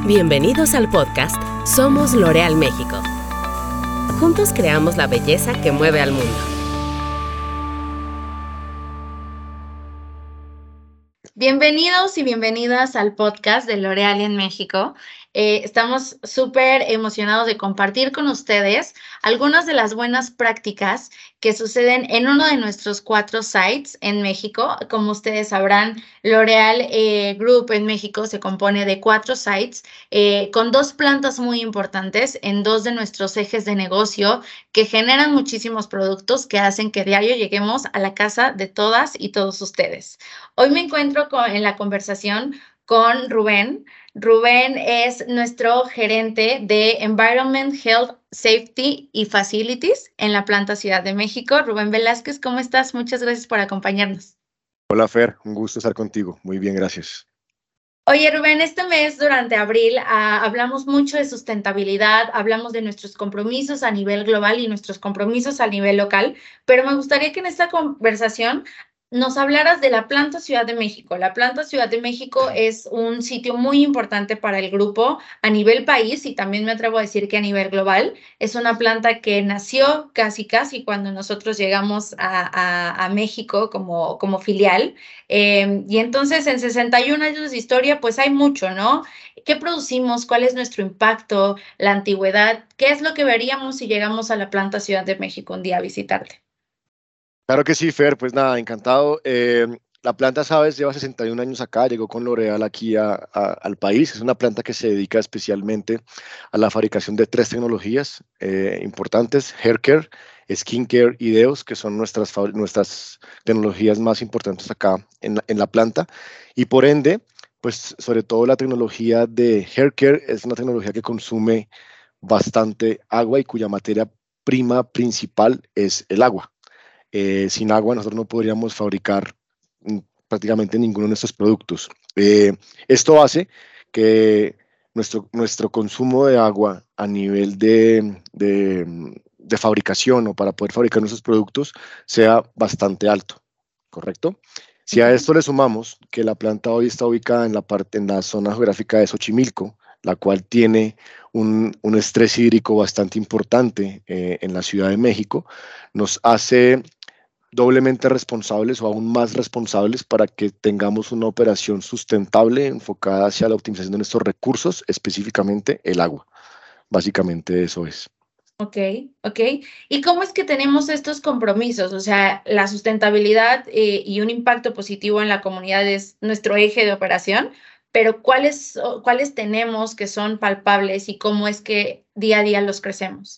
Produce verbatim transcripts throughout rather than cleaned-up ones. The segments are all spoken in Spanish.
Bienvenidos al podcast Somos L'Oréal México. Juntos creamos la belleza que mueve al mundo. Bienvenidos y bienvenidas al podcast de L'Oréal en México. Eh, estamos súper emocionados de compartir con ustedes algunas de las buenas prácticas que suceden en uno de nuestros cuatro sites en México. Como ustedes sabrán, L'Oréal eh, Group en México se compone de cuatro sites eh, con dos plantas muy importantes en dos de nuestros ejes de negocio que generan muchísimos productos que hacen que diario lleguemos a la casa de todas y todos ustedes. Hoy me encuentro con, en la conversación con Rubén. Rubén es nuestro gerente de Environment, Health, Safety y Facilities en la planta Ciudad de México. Rubén Velázquez, ¿cómo estás? Muchas gracias por acompañarnos. Hola Fer, un gusto estar contigo. Muy bien, gracias. Oye Rubén, este mes durante abril uh, hablamos mucho de sustentabilidad, hablamos de nuestros compromisos a nivel global y nuestros compromisos a nivel local, pero me gustaría que en esta conversación nos hablaras de la planta Ciudad de México. La planta Ciudad de México es un sitio muy importante para el grupo a nivel país y también me atrevo a decir que a nivel global. Es una planta que nació casi casi cuando nosotros llegamos a, a, a México como, como filial. Eh, y entonces en sesenta y un años de historia pues hay mucho, ¿no? ¿Qué producimos? ¿Cuál es nuestro impacto? La antigüedad. ¿Qué es lo que veríamos si llegamos a la planta Ciudad de México un día a visitarte? Claro que sí, Fer, pues nada, encantado. Eh, la planta, sabes, lleva sesenta y un años acá, llegó con L'Oréal aquí a, a, al país. Es una planta que se dedica especialmente a la fabricación de tres tecnologías eh, importantes: Hair Care, Skin Care y Deos, que son nuestras, nuestras tecnologías más importantes acá en la, en la planta. Y por ende, pues sobre todo la tecnología de Hair Care es una tecnología que consume bastante agua y cuya materia prima principal es el agua. Eh, sin agua nosotros no podríamos fabricar mm, prácticamente ninguno de nuestros productos. Eh, esto hace que nuestro, nuestro consumo de agua a nivel de, de, de fabricación o para poder fabricar nuestros productos sea bastante alto, ¿correcto? Si a esto le sumamos que la planta hoy está ubicada en la, parte, en la zona geográfica de Xochimilco, la cual tiene un, un estrés hídrico bastante importante eh, en la Ciudad de México, nos hace doblemente responsables o aún más responsables para que tengamos una operación sustentable enfocada hacia la optimización de nuestros recursos, específicamente el agua. Básicamente eso es. Ok, ok. ¿Y cómo es que tenemos estos compromisos? O sea, la sustentabilidad eh, y un impacto positivo en la comunidad es nuestro eje de operación, pero ¿cuáles, cuáles tenemos que son palpables y cómo es que día a día los crecemos?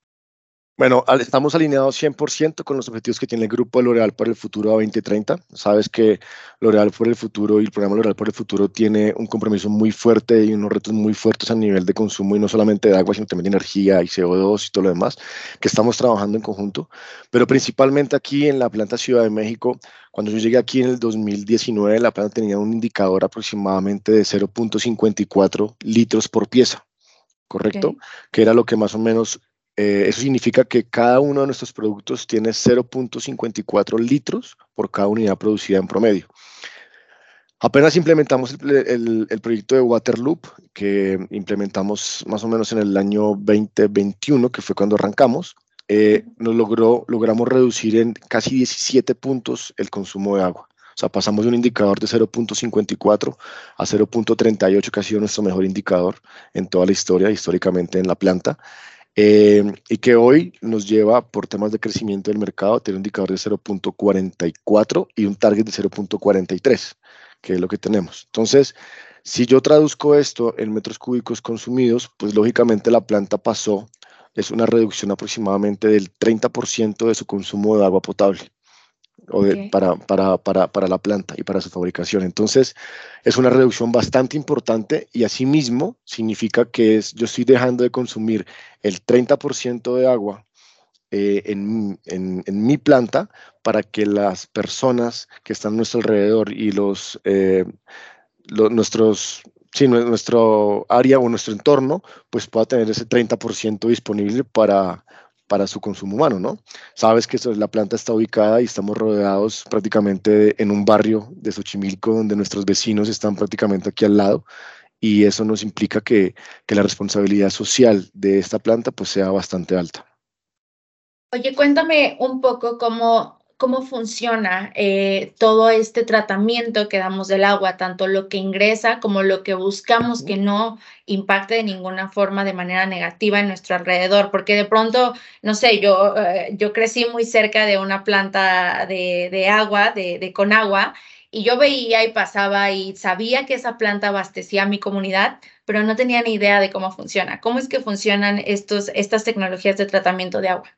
Bueno, estamos alineados cien por ciento con los objetivos que tiene el Grupo de L'Oréal para el Futuro a veinte treinta. Sabes que L'Oréal por el Futuro y el programa L'Oréal por el Futuro tiene un compromiso muy fuerte y unos retos muy fuertes a nivel de consumo, y no solamente de agua, sino también de energía y C O dos y todo lo demás, que estamos trabajando en conjunto. Pero principalmente aquí en la planta Ciudad de México, cuando yo llegué aquí en el dos mil diecinueve, la planta tenía un indicador aproximadamente de cero punto cincuenta y cuatro litros por pieza, ¿correcto? Okay. Que era lo que más o menos... Eh, eso significa que cada uno de nuestros productos tiene cero punto cincuenta y cuatro litros por cada unidad producida en promedio. Apenas implementamos el, el, el proyecto de Waterloop, que implementamos más o menos en el año veinte veintiuno, que fue cuando arrancamos, eh, nos logró, logramos reducir en casi diecisiete puntos el consumo de agua. O sea, pasamos de un indicador de cero punto cincuenta y cuatro a cero punto treinta y ocho, que ha sido nuestro mejor indicador en toda la historia, históricamente en la planta. Eh, y que hoy nos lleva, por temas de crecimiento del mercado, a tener un indicador de cero punto cuarenta y cuatro y un target de cero punto cuarenta y tres, que es lo que tenemos. Entonces, si yo traduzco esto en metros cúbicos consumidos, pues lógicamente la planta pasó, es una reducción aproximadamente del treinta por ciento de su consumo de agua potable. O de, okay. para, para, para, para la planta y para su fabricación. Entonces, es una reducción bastante importante y asimismo significa que es, yo estoy dejando de consumir el treinta por ciento de agua eh, en, en, en mi planta para que las personas que están a nuestro alrededor y los, eh, los nuestros... Sí, nuestro área o nuestro entorno, pues pueda tener ese treinta por ciento disponible para, para su consumo humano, ¿no? Sabes que la planta está ubicada y estamos rodeados prácticamente en un barrio de Xochimilco, donde nuestros vecinos están prácticamente aquí al lado, y eso nos implica que, que la responsabilidad social de esta planta pues sea bastante alta. Oye, cuéntame un poco cómo, cómo funciona eh, todo este tratamiento que damos del agua, tanto lo que ingresa como lo que buscamos que no impacte de ninguna forma de manera negativa en nuestro alrededor, porque de pronto, no sé, yo, eh, yo crecí muy cerca de una planta de, de agua, de, de Conagua, y yo veía y pasaba y sabía que esa planta abastecía a mi comunidad, pero no tenía ni idea de cómo funciona. ¿Cómo es que funcionan estos, estas tecnologías de tratamiento de agua?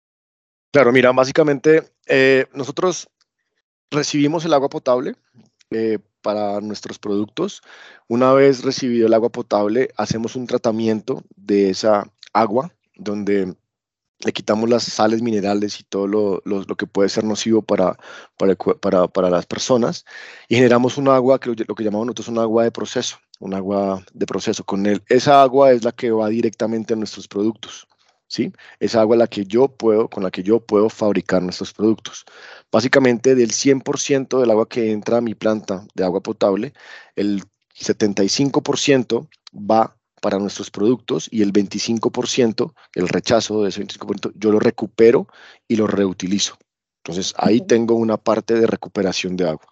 Claro, mira, básicamente eh, nosotros recibimos el agua potable eh, para nuestros productos. Una vez recibido el agua potable, hacemos un tratamiento de esa agua donde le quitamos las sales minerales y todo lo, lo- lo que puede ser nocivo para, para, el cue- para- para las personas y generamos un agua que lo, lo que llamamos nosotros un agua de proceso, un agua de proceso. Con él, esa agua es la que va directamente a nuestros productos, ¿sí? Esa agua la que yo puedo, con la que yo puedo fabricar nuestros productos. Básicamente, del cien por ciento del agua que entra a mi planta de agua potable, el setenta y cinco por ciento va para nuestros productos y el veinticinco por ciento, el rechazo de ese veinticinco por ciento, yo lo recupero y lo reutilizo. Entonces ahí Ujú. tengo una parte de recuperación de agua.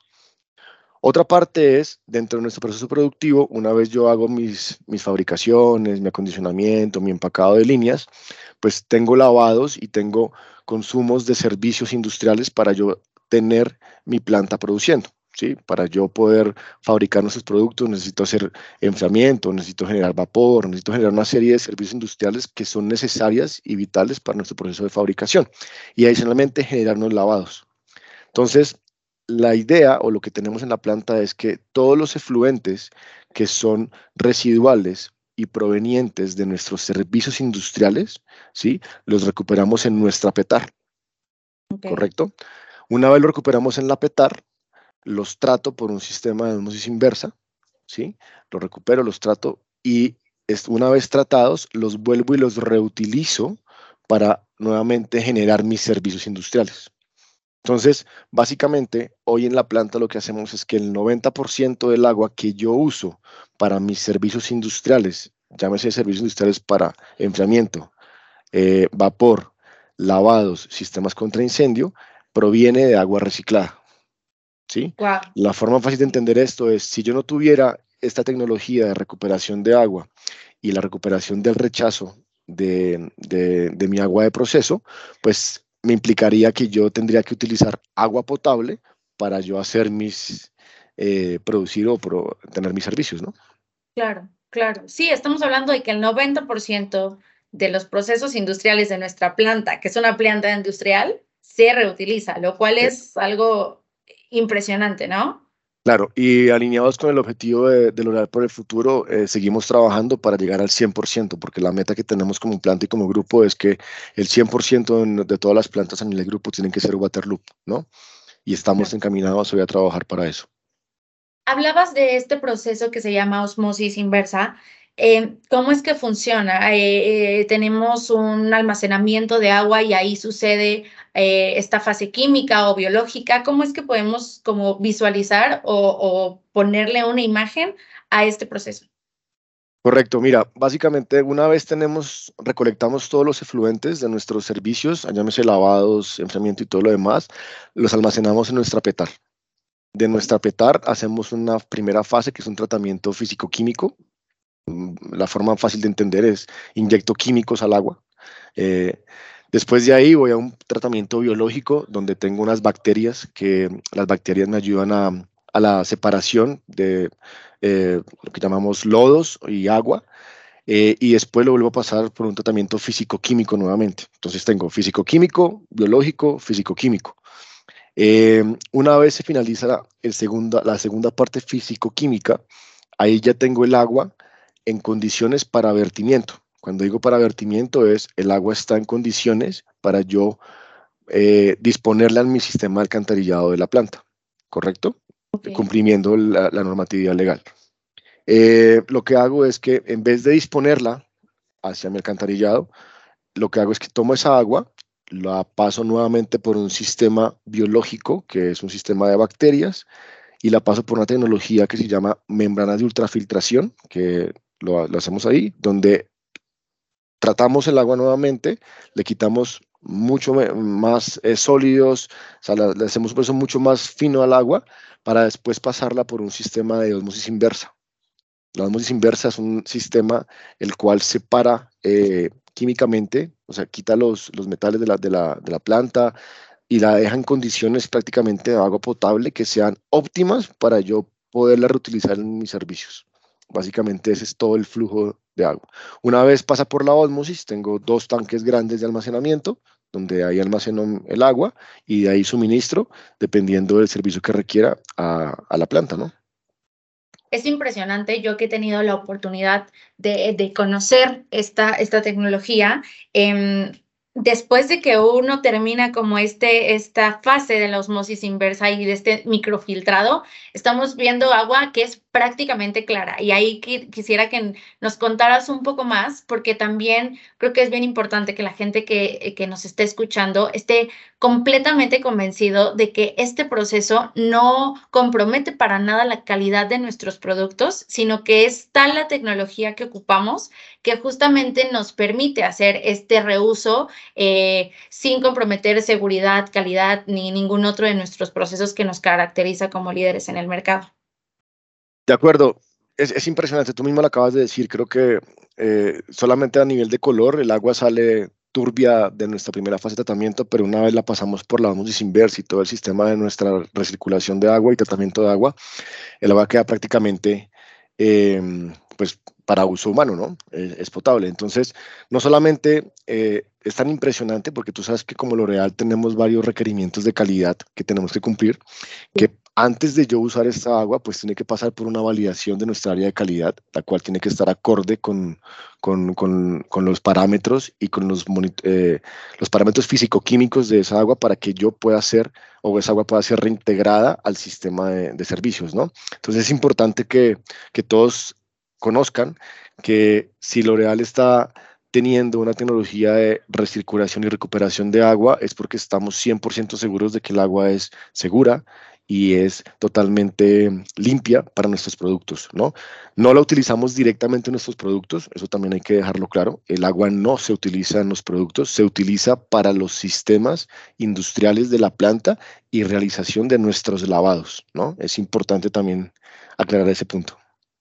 Otra parte es, dentro de nuestro proceso productivo, una vez yo hago mis, mis fabricaciones, mi acondicionamiento, mi empacado de líneas, pues tengo lavados y tengo consumos de servicios industriales para yo tener mi planta produciendo. ¿Sí? Para yo poder fabricar nuestros productos necesito hacer enfriamiento, necesito generar vapor, necesito generar una serie de servicios industriales que son necesarias y vitales para nuestro proceso de fabricación. Y adicionalmente generar unos lavados. Entonces, la idea o lo que tenemos en la planta es que todos los efluentes que son residuales y provenientes de nuestros servicios industriales, ¿sí? Los recuperamos en nuestra petar, Ok. ¿correcto? Una vez lo recuperamos en la petar, los trato por un sistema de osmosis inversa, ¿sí? Los recupero, los trato y es- una vez tratados, los vuelvo y los reutilizo para nuevamente generar mis servicios industriales. Entonces, básicamente, hoy en la planta lo que hacemos es que el noventa por ciento del agua que yo uso para mis servicios industriales, llámese servicios industriales para enfriamiento, eh, vapor, lavados, sistemas contra incendio, proviene de agua reciclada, ¿sí? Wow. La forma fácil de entender esto es, si yo no tuviera esta tecnología de recuperación de agua y la recuperación del rechazo de, de, de mi agua de proceso, pues me implicaría que yo tendría que utilizar agua potable para yo hacer mis, eh, producir o pro- tener mis servicios, ¿no? Claro, claro. Sí, estamos hablando de que el noventa por ciento de los procesos industriales de nuestra planta, que es una planta industrial, se reutiliza, lo cual Eh, es algo impresionante, ¿no? Claro, y alineados con el objetivo de, de lograr por el futuro, eh, seguimos trabajando para llegar al cien por ciento, porque la meta que tenemos como planta y como grupo es que el cien por ciento de, de todas las plantas a nivel de grupo tienen que ser Waterloop, ¿no? Y estamos Claro. encaminados hoy a trabajar para eso. Hablabas de este proceso que se llama osmosis inversa. Em, ¿cómo es que funciona? Eh, eh, tenemos un almacenamiento de agua y ahí sucede eh, esta fase química o biológica. ¿Cómo es que podemos como visualizar o, o ponerle una imagen a este proceso? Correcto, mira, básicamente una vez tenemos, recolectamos todos los efluentes de nuestros servicios, llámese lavados, enfriamiento y todo lo demás, los almacenamos en nuestra petar. De nuestra petar hacemos una primera fase que es un tratamiento físico-químico. Mm, La forma fácil de entender es inyecto químicos al agua. Eh, Después de ahí voy a un tratamiento biológico donde tengo unas bacterias que las bacterias me ayudan a, a la separación de eh, lo que llamamos lodos y agua. Eh, y después lo vuelvo a pasar por un tratamiento físico-químico nuevamente. Entonces tengo físico-químico, biológico, físico-químico. Eh, una vez se finaliza la, el segunda, la segunda parte físico-química, ahí ya tengo el agua en condiciones para vertimiento. Cuando digo para vertimiento es el agua está en condiciones para yo eh, disponerla en mi sistema de alcantarillado de la planta, ¿correcto? Ok. Cumpliendo la, la normatividad legal. Eh, lo que hago es que en vez de disponerla hacia mi alcantarillado, lo que hago es que tomo esa agua, la paso nuevamente por un sistema biológico, que es un sistema de bacterias, y la paso por una tecnología que se llama membrana de ultrafiltración, que lo, lo hacemos ahí, donde tratamos el agua nuevamente, le quitamos mucho más eh, sólidos, o sea, le, le hacemos un proceso mucho más fino al agua para después pasarla por un sistema de osmosis inversa. La osmosis inversa es un sistema el cual separa eh, químicamente, o sea, quita los, los metales de la, de, la, de la planta y la deja en condiciones prácticamente de agua potable que sean óptimas para yo poderla reutilizar en mis servicios. Básicamente ese es todo el flujo de agua. Una vez pasa por la ósmosis, tengo dos tanques grandes de almacenamiento, donde ahí almaceno el agua y de ahí suministro, dependiendo del servicio que requiera a, a la planta, ¿no? Es impresionante, yo que he tenido la oportunidad de, de conocer esta, esta tecnología, eh, después de que uno termina como este, esta fase de la osmosis inversa y de este microfiltrado, estamos viendo agua que es prácticamente clara. Y ahí que, quisiera que nos contaras un poco más, porque también creo que es bien importante que la gente que, que nos esté escuchando esté completamente convencido de que este proceso no compromete para nada la calidad de nuestros productos, sino que es tal la tecnología que ocupamos que justamente nos permite hacer este reuso eh, sin comprometer seguridad, calidad ni ningún otro de nuestros procesos que nos caracteriza como líderes en el mercado. De acuerdo, es, es impresionante, tú mismo lo acabas de decir, creo que eh, solamente a nivel de color el agua sale turbia de nuestra primera fase de tratamiento, pero una vez la pasamos por la osmosis inversa y todo el sistema de nuestra recirculación de agua y tratamiento de agua, el agua queda prácticamente eh, pues para uso humano, ¿no? Es, es potable. Entonces, no solamente eh, es tan impresionante, porque tú sabes que como L'Oréal tenemos varios requerimientos de calidad que tenemos que cumplir, que antes de yo usar esta agua, pues tiene que pasar por una validación de nuestra área de calidad, la cual tiene que estar acorde con, con, con, con los parámetros y con los, eh, los parámetros físico-químicos de esa agua para que yo pueda hacer, o esa agua pueda ser reintegrada al sistema de, de servicios, ¿no? Entonces es importante que, que todos conozcan que si L'Oréal está teniendo una tecnología de recirculación y recuperación de agua, es porque estamos cien por ciento seguros de que el agua es segura y es totalmente limpia para nuestros productos, ¿no? No la utilizamos directamente en nuestros productos, eso también hay que dejarlo claro. El agua no se utiliza en los productos, se utiliza para los sistemas industriales de la planta y realización de nuestros lavados, ¿no? Es importante también aclarar ese punto.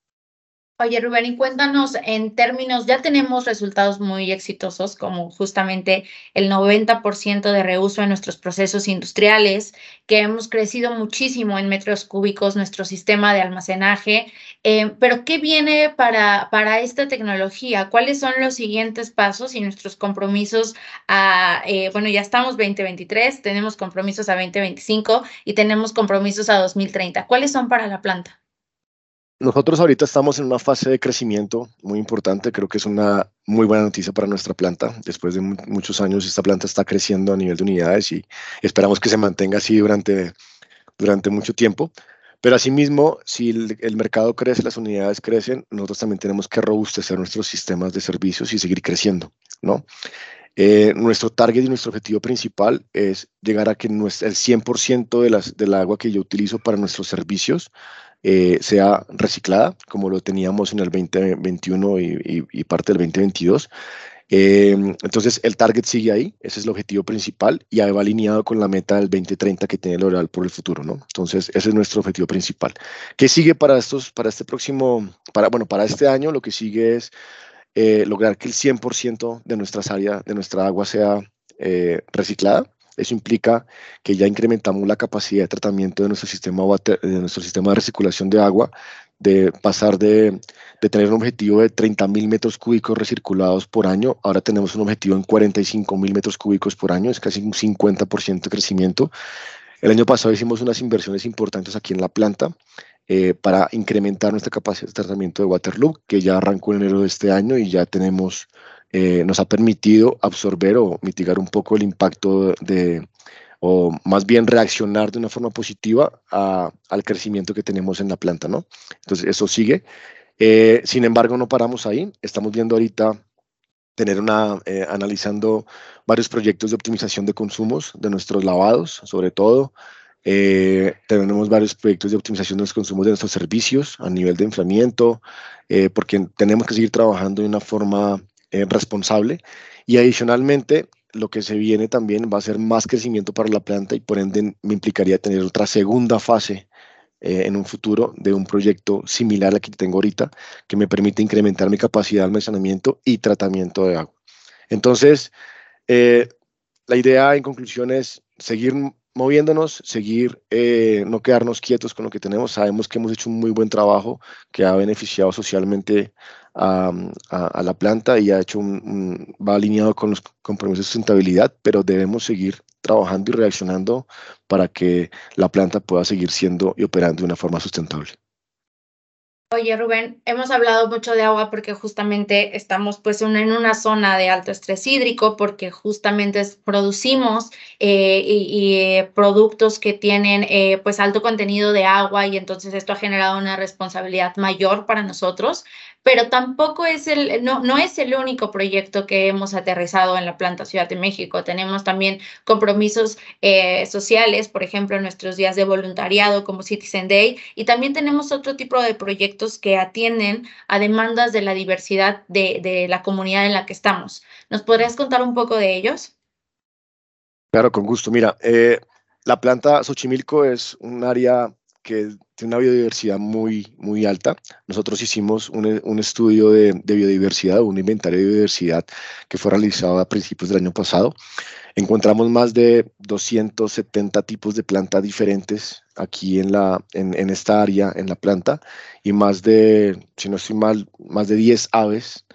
Oye, Rubén, y cuéntanos en términos, ya tenemos resultados muy exitosos, como justamente el noventa por ciento de reuso en nuestros procesos industriales, que hemos crecido muchísimo en metros cúbicos nuestro sistema de almacenaje, eh, pero ¿qué viene para, para esta tecnología? ¿Cuáles son los siguientes pasos y nuestros compromisos a, eh, bueno, ya estamos veinte veintitrés, tenemos compromisos a veinte veinticinco y tenemos compromisos a dos mil treinta? ¿Cuáles son para la planta? Nosotros ahorita estamos en una fase de crecimiento muy importante, creo que es una muy buena noticia para nuestra planta. Después de mu muchos años esta planta está creciendo a nivel de unidades y esperamos que se mantenga así durante, durante mucho tiempo. Pero asimismo, si el, el mercado crece, las unidades crecen, nosotros también tenemos que robustecer nuestros sistemas de servicios y seguir creciendo, ¿no? Eh, nuestro target y nuestro objetivo principal es llegar a que nuestra, el cien por ciento de las, del agua que yo utilizo para nuestros servicios eh, sea reciclada, como lo teníamos en el veinte veintiuno y, y, y parte del veinte veintidós. Eh, entonces, el target sigue ahí, ese es el objetivo principal y ahí va alineado con la meta del veinte treinta que tiene L'Oréal por el futuro, ¿no? Entonces, ese es nuestro objetivo principal. ¿Qué sigue para, estos, para este próximo, para, bueno, para este año? Lo que sigue es eh, lograr que el cien por ciento de nuestras áreas, de nuestra agua sea eh, reciclada. Eso implica que ya incrementamos la capacidad de tratamiento de nuestro sistema, water, de, nuestro sistema de recirculación de agua, de pasar de, de tener un objetivo de treinta mil metros cúbicos recirculados por año, ahora tenemos un objetivo en cuarenta y cinco mil metros cúbicos por año, es casi un cincuenta por ciento de crecimiento. El año pasado hicimos unas inversiones importantes aquí en la planta eh, para incrementar nuestra capacidad de tratamiento de Waterloo, que ya arrancó en enero de este año y ya tenemos... Eh, nos ha permitido absorber o mitigar un poco el impacto de, o más bien reaccionar de una forma positiva a, al crecimiento que tenemos en la planta, ¿no? Entonces, eso sigue. Eh, sin embargo, no paramos ahí. Estamos viendo ahorita tener una, eh, analizando varios proyectos de optimización de consumos de nuestros lavados, sobre todo. Eh, tenemos varios proyectos de optimización de los consumos de nuestros servicios a nivel de enfriamiento, eh, porque tenemos que seguir trabajando de una forma eh, responsable. Y adicionalmente, lo que se viene también va a ser más crecimiento para la planta y por ende me implicaría tener otra segunda fase eh, en un futuro de un proyecto similar al que tengo ahorita, que me permite incrementar mi capacidad de almacenamiento y tratamiento de agua. Entonces, eh, la idea en conclusión es seguir moviéndonos, seguir, eh, no quedarnos quietos con lo que tenemos. Sabemos que hemos hecho un muy buen trabajo que ha beneficiado socialmente a, a- a la planta y ha hecho un, un- va alineado con los compromisos de sustentabilidad, pero debemos seguir trabajando y reaccionando para que la planta pueda seguir siendo y operando de una forma sustentable. Oye, Rubén, hemos hablado mucho de agua porque justamente estamos pues un- en una zona de alto estrés hídrico porque justamente es- producimos eh, y, y, eh, productos que tienen eh, pues alto contenido de agua y entonces esto ha generado una responsabilidad mayor para nosotros, pero tampoco es el, no, no es el único proyecto que hemos aterrizado en la planta Ciudad de México. Tenemos también compromisos eh, sociales, por ejemplo, en nuestros días de voluntariado como Citizen Day, y también tenemos otro tipo de proyectos que atienden a demandas de la diversidad de, de la comunidad en la que estamos. ¿Nos podrías contar un poco de ellos? Claro, con gusto. Mira, eh, la planta Xochimilco es un área que tiene una biodiversidad muy, muy alta. Nosotros hicimos un, e- un estudio de, de biodiversidad, un inventario de biodiversidad que fue realizado a principios del año pasado. Encontramos más de doscientos setenta tipos de plantas diferentes aquí en, la, en, en esta área, en la planta, y más de, si no estoy mal, más de diez aves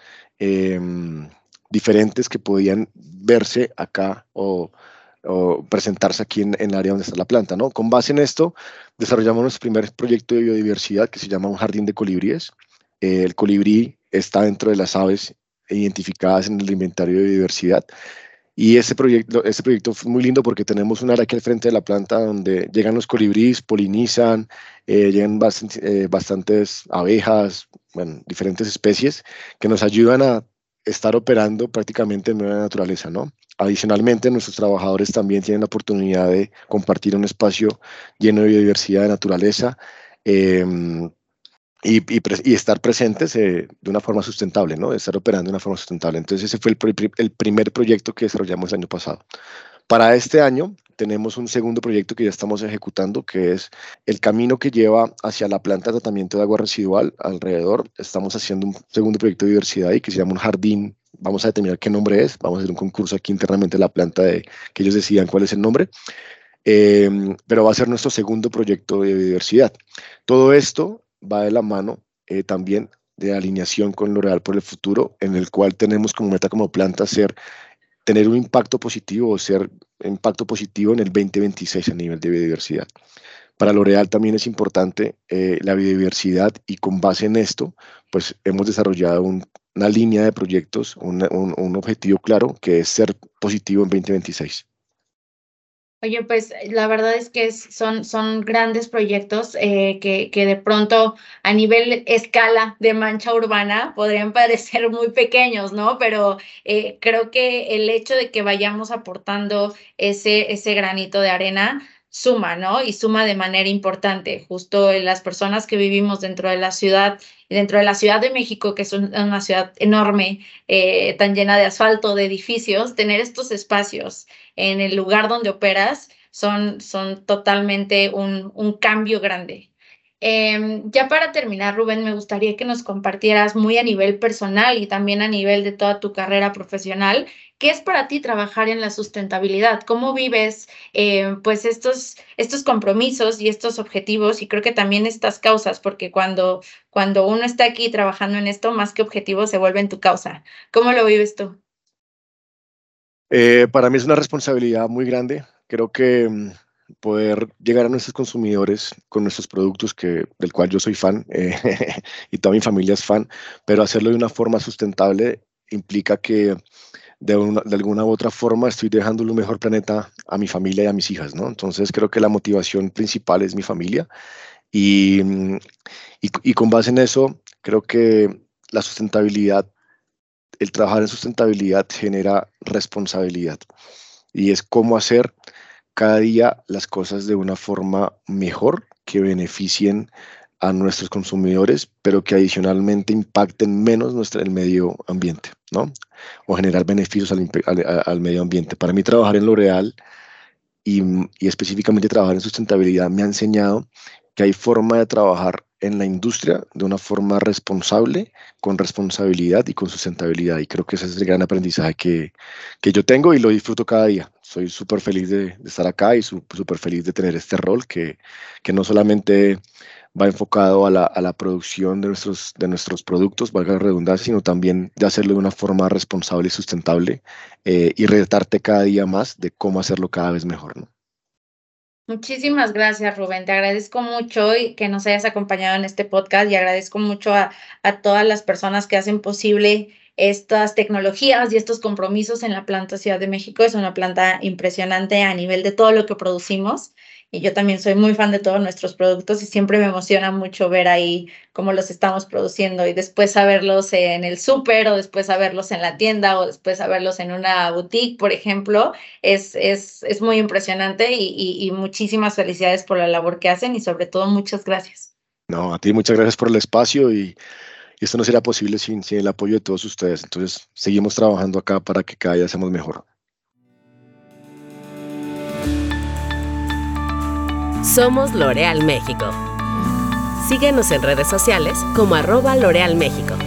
em, diferentes que podían verse acá o, o presentarse aquí en, en el área donde está la planta, ¿no? Con base en esto, desarrollamos nuestro primer proyecto de biodiversidad que se llama un jardín de colibríes. Eh, el colibrí está dentro de las aves identificadas en el inventario de biodiversidad y ese proyecto, ese proyecto fue muy lindo porque tenemos un área aquí al frente de la planta donde llegan los colibríes, polinizan, eh, llegan bastan- eh, bastantes abejas, bueno, diferentes especies que nos ayudan a estar operando prácticamente en medio de la naturaleza, ¿no? Adicionalmente, nuestros trabajadores también tienen la oportunidad de compartir un espacio lleno de biodiversidad, de naturaleza, em, y, y, pres- y estar presentes eh, de una forma sustentable, ¿no? De estar operando de una forma sustentable. Entonces, ese fue el, pri- el primer proyecto que desarrollamos el año pasado. Para este año tenemos un segundo proyecto que ya estamos ejecutando, que es el camino que lleva hacia la planta de tratamiento de agua residual alrededor. Estamos haciendo un segundo proyecto de diversidad ahí que se llama un jardín. Vamos a determinar qué nombre es. Vamos a hacer un concurso aquí internamente en la planta de que ellos decidan cuál es el nombre. Eh, pero va a ser nuestro segundo proyecto de biodiversidad. Todo esto va de la mano eh, también de alineación con L'Oréal por el futuro, en el cual tenemos como meta como planta ser, tener un impacto positivo o ser impacto positivo en el dos mil veintiséis a nivel de biodiversidad. Para L'Oréal también es importante eh, la biodiversidad y con base en esto, pues hemos desarrollado un, una línea de proyectos, un, un, un objetivo claro que es ser positivo en dos mil veintiséis. Oye, pues la verdad es que es- son, son grandes proyectos eh, que, que de pronto a nivel escala de mancha urbana podrían parecer muy pequeños, ¿no? Pero eh, creo que el hecho de que vayamos aportando ese, ese granito de arena suma, ¿no? Y suma de manera importante. Justo en las personas que vivimos dentro de la ciudad y dentro de la Ciudad de México, que es un- una ciudad enorme, eh, tan llena de asfalto, de edificios, tener estos espacios en el lugar donde operas son, son totalmente un, un cambio grande. Eh, ya para terminar, Rubén, me gustaría que nos compartieras muy a nivel personal y también a nivel de toda tu carrera profesional, ¿qué es para ti trabajar en la sustentabilidad? ¿Cómo vives eh, pues estos, estos compromisos y estos objetivos y creo que también estas causas? Porque cuando, cuando uno está aquí trabajando en esto, más que objetivo se vuelve en tu causa. ¿Cómo lo vives tú? Eh, para mí es una responsabilidad muy grande. Creo que mm, poder llegar a nuestros consumidores con nuestros productos, que, del cual yo soy fan eh, y toda mi familia es fan, pero hacerlo de una forma sustentable implica que de, una- de alguna u otra forma estoy dejando un mejor planeta a mi familia y a mis hijas, ¿no? Entonces creo que la motivación principal es mi familia y, mm, y, y con base en eso creo que la sustentabilidad, el trabajar en sustentabilidad genera responsabilidad y es cómo hacer cada día las cosas de una forma mejor, que beneficien a nuestros consumidores, pero que adicionalmente impacten menos nuestro, el medio ambiente, ¿no? O generar beneficios al, al, al medio ambiente. Para mí trabajar en L'Oréal y, y específicamente trabajar en sustentabilidad me ha enseñado que hay forma de trabajar en la industria de una forma responsable, con responsabilidad y con sustentabilidad. Y creo que ese es el gran aprendizaje que, que yo tengo y lo disfruto cada día. Soy súper feliz de, de estar acá y súper feliz de tener este rol que, que no solamente va enfocado a la, a la producción de nuestros, de nuestros productos, valga la redundancia, sino también de hacerlo de una forma responsable y sustentable eh, y retarte cada día más de cómo hacerlo cada vez mejor, ¿no? Muchísimas gracias, Rubén. Te agradezco mucho y que nos hayas acompañado en este podcast y agradezco mucho a, a todas las personas que hacen posible estas tecnologías y estos compromisos en la planta Ciudad de México. Es una planta impresionante a nivel de todo lo que producimos. Y yo también soy muy fan de todos nuestros productos y siempre me emociona mucho ver ahí cómo los estamos produciendo y después saberlos en el súper o después saberlos en la tienda o después saberlos en una boutique, por ejemplo. Es, es, es muy impresionante y, y, y muchísimas felicidades por la labor que hacen y sobre todo muchas gracias. No, a ti muchas gracias por el espacio y esto no sería posible sin, sin el apoyo de todos ustedes. Entonces seguimos trabajando acá para que cada día seamos mejor. Somos L'Oréal México. Síguenos en redes sociales como arroba L'Oréal México.